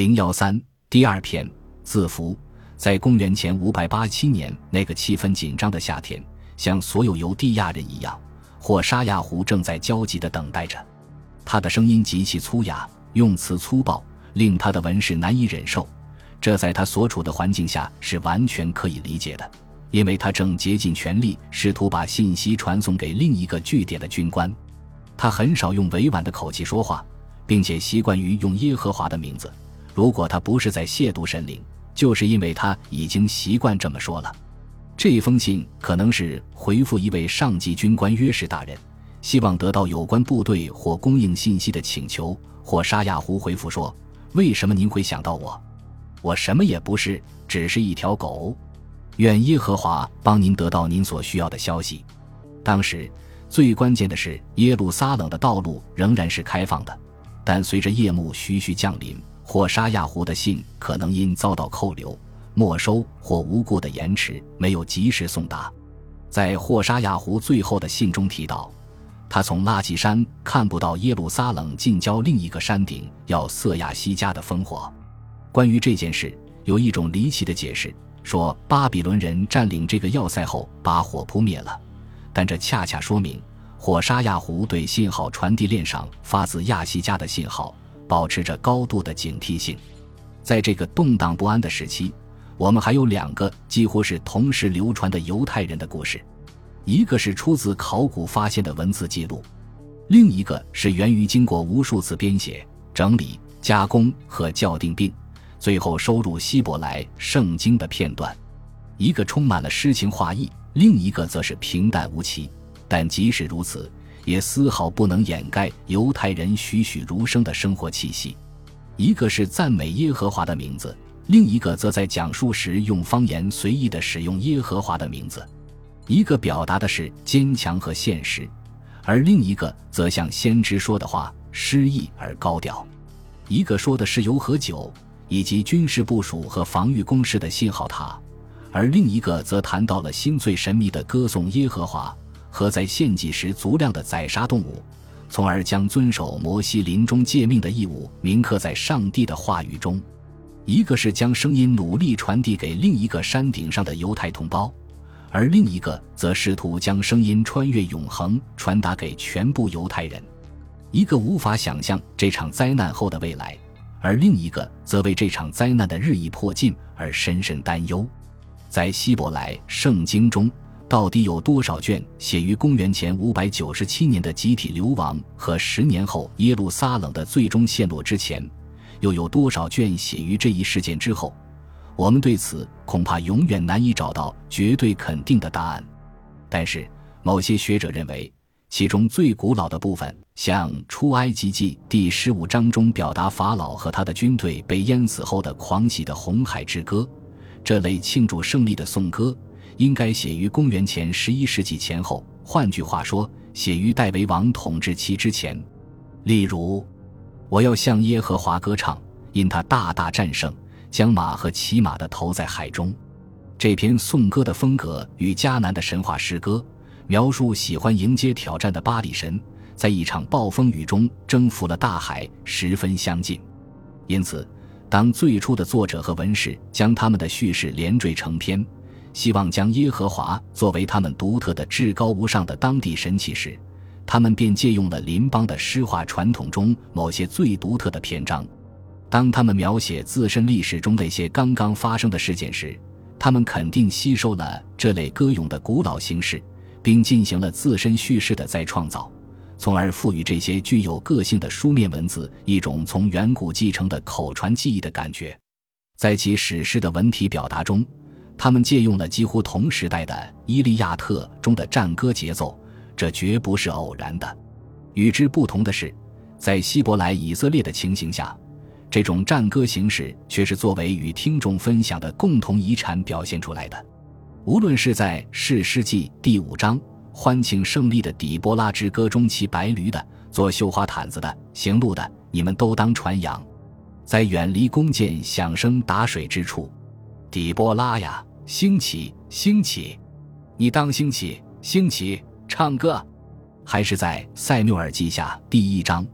013第2篇字符。在公元前587年那个气氛紧张的夏天，像所有犹地亚人一样，霍沙亚胡正在焦急地等待着。他的声音极其粗哑，用词粗暴，令他的文士难以忍受。这在他所处的环境下是完全可以理解的，因为他正竭尽全力试图把信息传送给另一个据点的军官。他很少用委婉的口气说话，并且习惯于用耶和华的名字，如果他不是在亵渎神灵，就是因为他已经习惯这么说了。这封信可能是回复一位上级军官约什大人，希望得到有关部队或供应信息的请求。或沙亚胡回复说：为什么您会想到我？我什么也不是，只是一条狗。愿耶和华帮您得到您所需要的消息。当时最关键的是，耶路撒冷的道路仍然是开放的，但随着夜幕徐徐降临，或沙亚胡的信可能因遭到扣留、没收或无故的延迟，没有及时送达。在霍沙亚胡最后的信中提到，他从拉吉山看不到耶路撒冷近郊另一个山顶要瑟亚西加的烽火。关于这件事，有一种离奇的解释，说巴比伦人占领这个要塞后把火扑灭了，但这恰恰说明霍沙亚胡对信号传递链上发自亚西加的信号保持着高度的警惕性。在这个动荡不安的时期，我们还有2个几乎是同时流传的犹太人的故事，一个是出自考古发现的文字记录，另一个是源于经过无数次编写、整理、加工和校订并最后收入希伯来圣经的片段。一个充满了诗情画意，另一个则是平淡无奇，但即使如此，也丝毫不能掩盖犹太人栩栩如生的生活气息。一个是赞美耶和华的名字，另一个则在讲述时用方言随意地使用耶和华的名字。一个表达的是坚强和现实，而另一个则像先知说的话，诗意而高调。一个说的是油和酒以及军事部署和防御工事的信号塔，而另一个则谈到了心最神秘的歌颂耶和华和在献祭时足量的宰杀动物，从而将遵守摩西临终诫命的义务铭刻在上帝的话语中。一个是将声音努力传递给另一个山顶上的犹太同胞，而另一个则试图将声音穿越永恒传达给全部犹太人。一个无法想象这场灾难后的未来，而另一个则为这场灾难的日益迫近而深深担忧。在希伯来圣经中，到底有多少卷写于公元前597年的集体流亡和10年后耶路撒冷的最终陷落之前，又有多少卷写于这一事件之后？我们对此恐怕永远难以找到绝对肯定的答案。但是某些学者认为，其中最古老的部分，像出埃及记第15章中表达法老和他的军队被淹死后的狂喜的红海之歌，这类庆祝胜利的颂歌应该写于公元前11世纪前后，换句话说，写于戴维王统治期之前。例如，我要向耶和华歌唱，因他大大战胜，将马和骑马的投在海中。这篇颂歌的风格与迦南的神话诗歌，描述喜欢迎接挑战的巴力神在一场暴风雨中征服了大海，十分相近。因此，当最初的作者和文士将他们的叙事连缀成篇，希望将耶和华作为他们独特的至高无上的当地神祇时，他们便借用了邻邦的诗化传统中某些最独特的篇章。当他们描写自身历史中那些刚刚发生的事件时，他们肯定吸收了这类歌咏的古老形式，并进行了自身叙事的再创造，从而赋予这些具有个性的书面文字一种从远古继承的口传记忆的感觉。在其史诗的文体表达中，他们借用了几乎同时代的《伊利亚特》中的战歌节奏，这绝不是偶然的。与之不同的是，在希伯来以色列的情形下，这种战歌形式却是作为与听众分享的共同遗产表现出来的。无论是在士师记第5章欢庆胜利的底波拉之歌中骑白驴的、做绣花毯子的、行路的，你们都当传扬；在远离弓箭响声打水之处，底波拉呀，兴起兴起，你当兴起兴起，唱歌；还是在塞缪尔记下第1章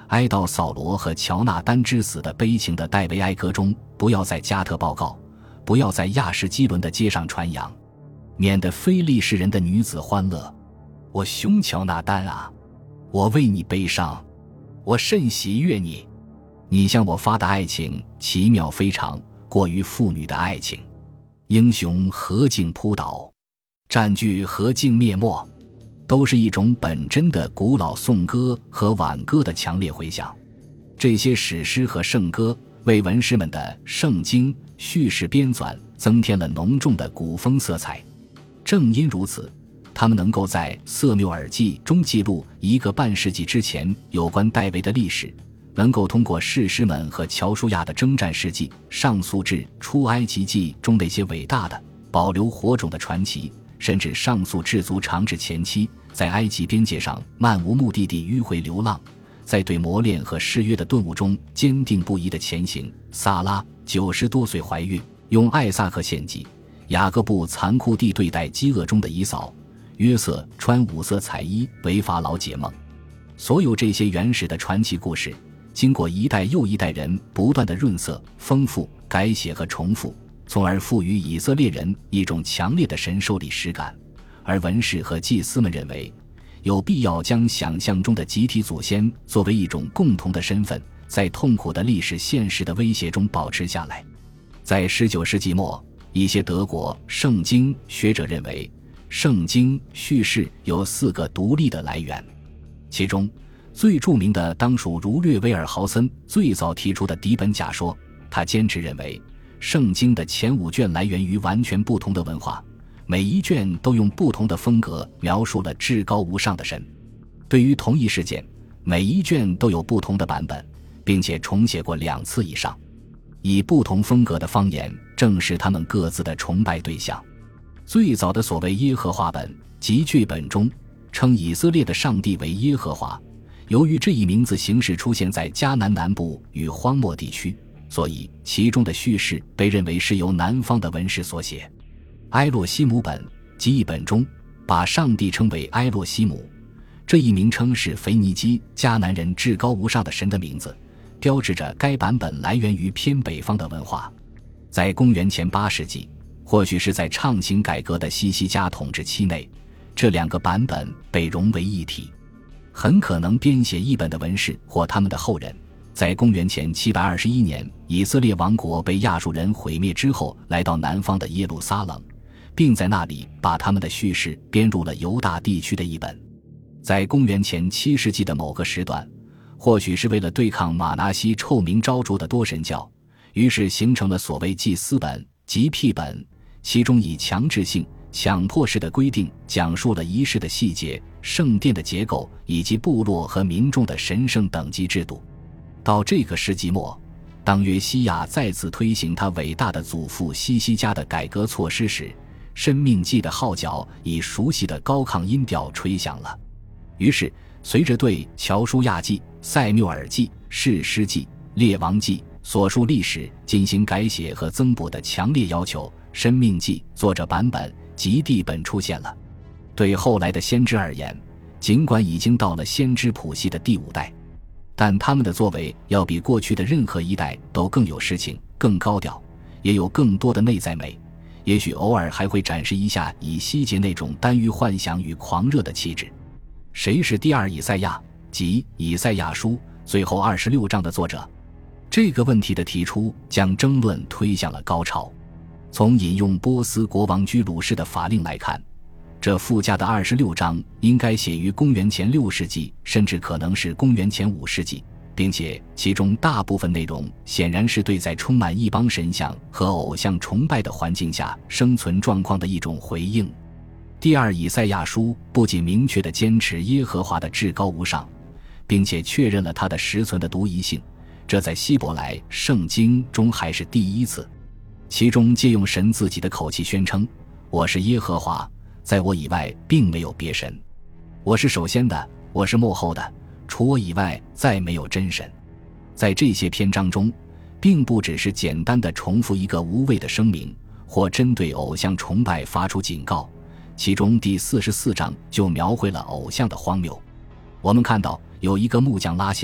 哀悼扫罗和乔纳丹之死的悲情的戴维哀歌中，不要在加特报告，不要在亚什基伦的街上传扬，免得非利士人的女子欢乐。我兄乔纳丹啊，我为你悲伤，我甚喜悦你，你向我发的爱情奇妙非常，过于妇女的爱情。英雄何竟扑倒，战具何竟灭没，都是一种本真的古老颂歌和挽歌的强烈回响。这些史诗和圣歌为文士们的圣经叙事编纂增添了浓重的古风色彩。正因如此，他们能够在瑟缪尔记中记录一个半世纪之前有关戴维的历史，能够通过士师们和乔舒亚的征战事迹上溯至出埃及记中那些伟大的保留火种的传奇，甚至上溯至足长治前期在埃及边界上漫无目的地迂回流浪，在对磨练和誓约的顿悟中坚定不移的前行。萨拉90多岁怀孕，用艾萨克献祭，雅各布残酷地对待饥饿中的姨嫂，约瑟穿五色彩衣为法老解梦。所有这些原始的传奇故事经过一代又一代人不断的润色、丰富、改写和重复，从而赋予以色列人一种强烈的神授历史感。而文士和祭司们认为有必要将想象中的集体祖先作为一种共同的身份，在痛苦的历史现实的威胁中保持下来。在19世纪末，一些德国圣经学者认为圣经叙事有4个独立的来源，其中最著名的当属儒略威尔豪森最早提出的底本假说。他坚持认为圣经的前5卷来源于完全不同的文化，每一卷都用不同的风格描述了至高无上的神。对于同一事件，每一卷都有不同的版本，并且重写过2次以上。以不同风格的方言正是他们各自的崇拜对象。最早的所谓耶和华本即剧本中称以色列的上帝为耶和华，由于这一名字形式出现在迦南南部与荒漠地区，所以其中的叙事被认为是由南方的文士所写。埃洛西姆本即译本中把上帝称为埃洛西姆，这一名称是腓尼基迦南人至高无上的神的名字，标志着该版本来源于偏北方的文化。在公元前8世纪，或许是在畅行改革的西西家统治期内，这2个版本被融为一体。很可能编写译本的文士或他们的后人在公元前721年以色列王国被亚述人毁灭之后，来到南方的耶路撒冷，并在那里把他们的叙事编入了犹大地区的译本。在公元前7世纪的某个时段，或许是为了对抗马拿西臭名昭著的多神教，于是形成了所谓祭司本及辟本，其中以强制性、强迫式的规定讲述了仪式的细节、圣殿的结构以及部落和民众的神圣等级制度。到这个世纪末，当约西亚再次推行他伟大的祖父西西家的改革措施时，申命记的号角以熟悉的高亢音调吹响了。于是随着对乔舒亚记、塞缪尔记、士师记、列王记所述历史进行改写和增补的强烈要求，申命记作者版本及地本出现了。对后来的先知而言，尽管已经到了先知谱系的第5代，但他们的作为要比过去的任何一代都更有诗情、更高调，也有更多的内在美，也许偶尔还会展示一下以西结那种耽于幻想与狂热的气质。谁是第2以赛亚，即以赛亚书最后26章的作者？这个问题的提出将争论推向了高潮。从引用波斯国王居鲁士的法令来看，这附加的26章应该写于公元前6世纪，甚至可能是公元前5世纪，并且其中大部分内容显然是对在充满一帮神像和偶像崇拜的环境下生存状况的一种回应。第2以赛亚书不仅明确地坚持耶和华的至高无上，并且确认了他的实存的独一性，这在希伯来圣经中还是第1次。其中借用神自己的口气宣称，我是耶和华，在我以外并没有别神，我是首先的，我是末后的，除我以外再没有真神。在这些篇章中，并不只是简单的重复一个无谓的声明，或针对偶像崇拜发出警告，其中第44章就描绘了偶像的荒谬。我们看到有一个木匠拉线，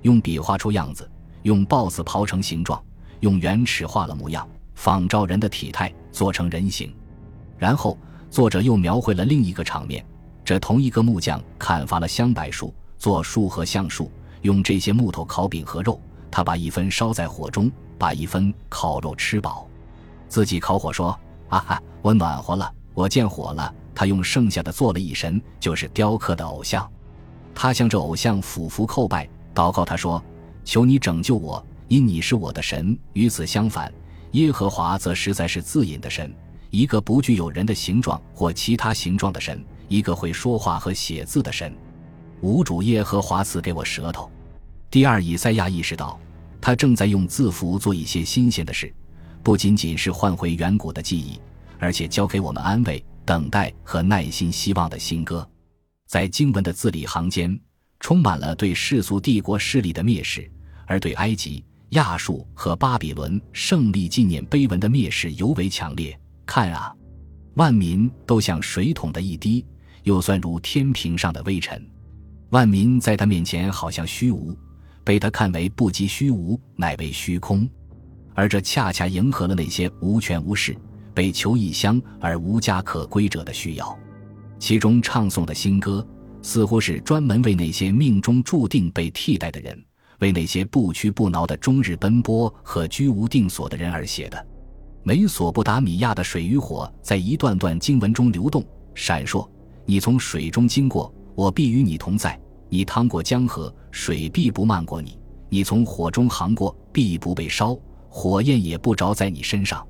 用笔画出样子，用刨子刨成形状，用圆尺画了模样，仿照人的体态做成人形。然后作者又描绘了另一个场面，这同一个木匠砍伐了香柏树，做树和橡树，用这些木头烤饼和肉，他把一分烧在火中，把一分烤肉吃饱，自己烤火说：啊哈，我暖和了，我见火了。他用剩下的做了一神，就是雕刻的偶像。他向这偶像俯伏叩拜，祷告他说：求你拯救我，因你是我的神。与此相反，耶和华则实在是自隐的神，一个不具有人的形状或其他形状的神，一个会说话和写字的神。吾主耶和华赐给我舌头。第二，以赛亚意识到他正在用字符做一些新鲜的事，不仅仅是唤回远古的记忆，而且教给我们安慰、等待和耐心希望的新歌。在经文的字里行间充满了对世俗帝国势力的蔑视，而对埃及、亚述和巴比伦胜利纪念碑文的蔑视尤为强烈。看啊，万民都像水桶的一滴，又算如天平上的微尘。万民在他面前好像虚无，被他看为不及虚无，乃为虚空。而这恰恰迎合了那些无权无势、被囚异乡而无家可归者的需要。其中唱诵的新歌似乎是专门为那些命中注定被替代的人，为那些不屈不挠的终日奔波和居无定所的人而写的。美索不达米亚的水与火在一段段经文中流动闪烁，你从水中经过，我必与你同在，你趟过江河，水必不漫过你，你从火中航过，必不被烧，火焰也不着在你身上。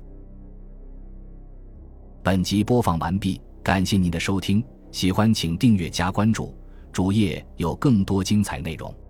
本集播放完毕，感谢您的收听，喜欢请订阅加关注，主页有更多精彩内容。